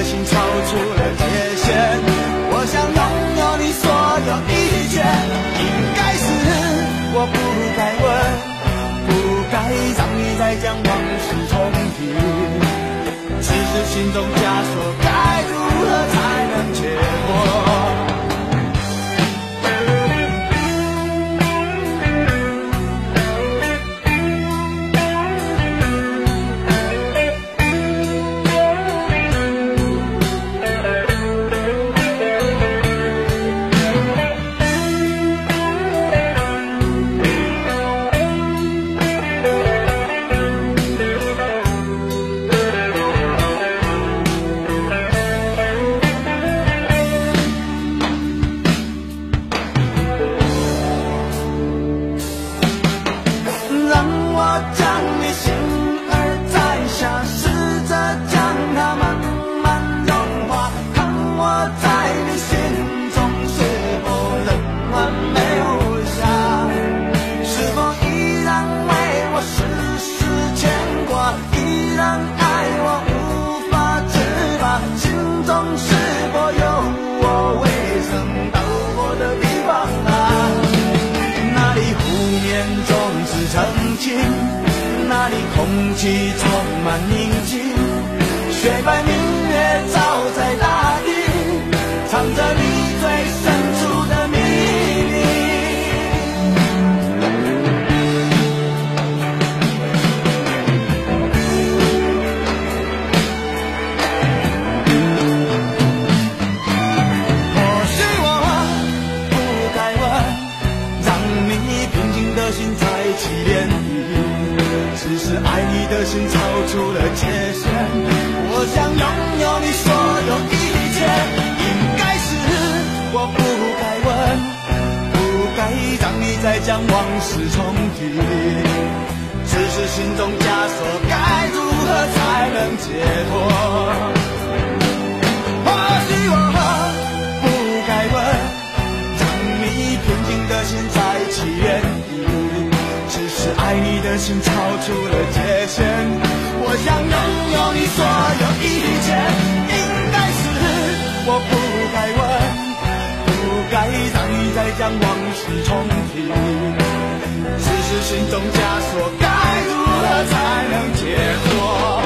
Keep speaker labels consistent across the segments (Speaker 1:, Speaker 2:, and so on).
Speaker 1: 的心超出了界限。我想拥有你所有一切，应该是我不该问，不该让你再将往事重提。只是心中枷锁，该如何才能解脱？那里空气充满宁静，雪白明月照在大地，藏着你最深处的秘密。或许我不该问，让你平静的心再起涟漪，只是爱你的心超出了界限。我想拥有你所有一切，应该是我不该问，不该让你再将往事重提。只是心中枷锁，该如何才能解脱？或许我不该问，让你平静的心再起涟漪，只是爱你的心超出了界限。我想拥有你所有一切，应该是我不该问，不该让你再将往事重提。只是心中枷锁，该如何才能解脱？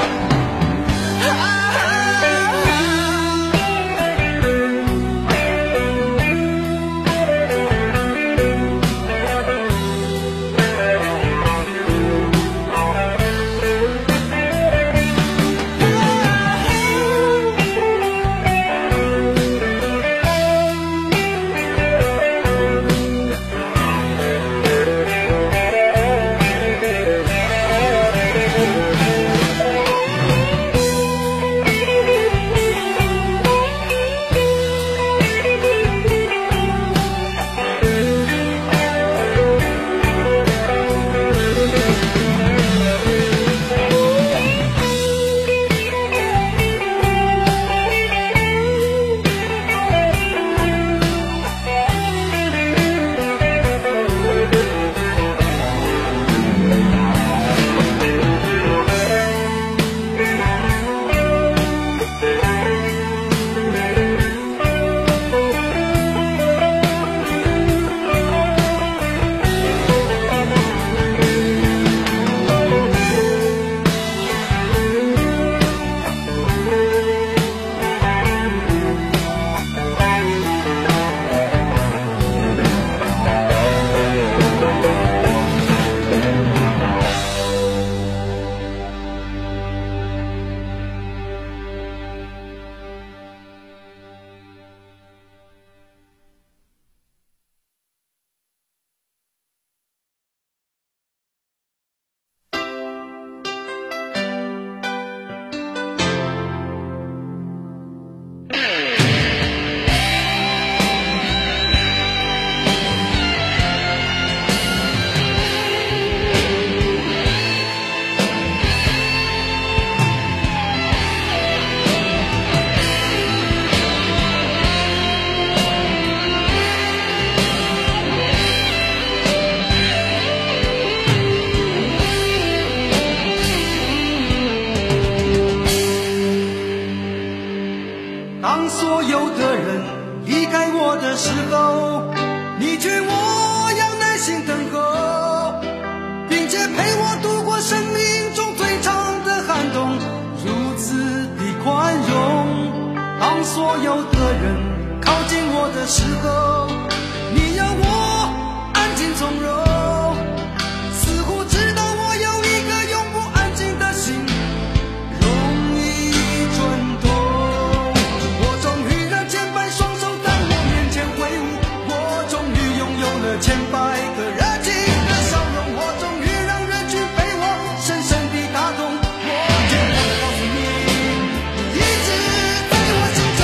Speaker 1: 有的人靠近我的时候，你要我安静从容，似乎知道我有一个永不安静的心，容易转动。我终于让千百双手在我面前挥舞，我终于拥有了千百个热情的笑容，我终于让人群被我深深地打动。我绝望地告诉你，你一直在我心中。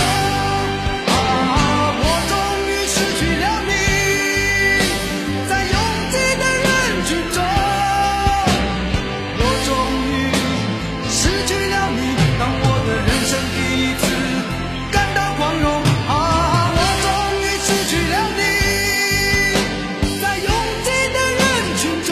Speaker 1: 我终于失去了你，在拥挤的人群中，我终于失去了你，当我的人生第一次感到光荣。我终于失去了你，在拥挤的人群中，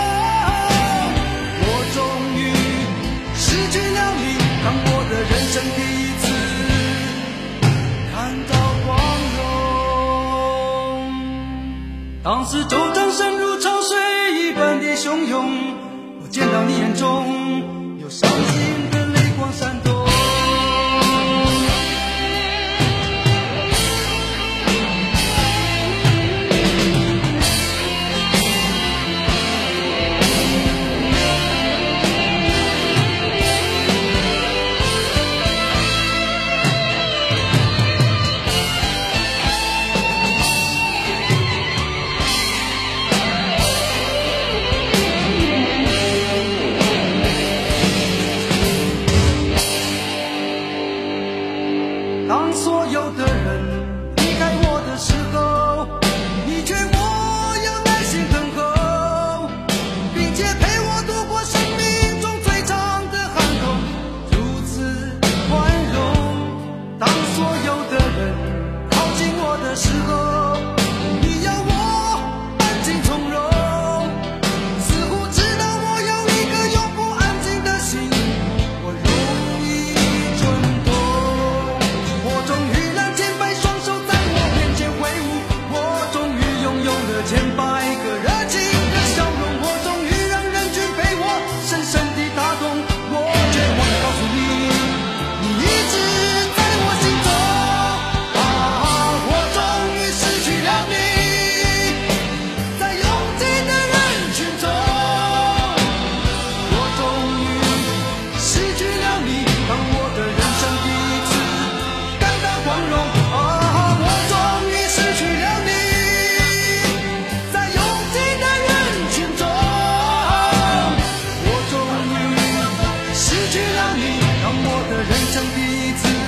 Speaker 1: 我终于失去了你，当我的人生第一次看到光荣。当时周章深如潮水一般的汹涌，我见到你眼中有伤心的泪光闪动。当所有的人离开我的时候，你劝我要耐心等候，并且陪我度过生命中最长的寒冬，如此宽容。当所有的人靠近我的时候，你要我安静从容，似乎知道我有一个永不安静的心，我容易转动。我终于让千百双手在我面前挥舞，我终于拥有了千百个热情的笑容，我终于让人群被我深深地打动。我绝望地告诉你，你一直在我心中。我终于失去了你，在拥挤的人群中，我终于失去了你，当我的人生第一次感到光荣。我终于失去了你，在拥挤的人群中，我终于失去了你，当我的人生第一次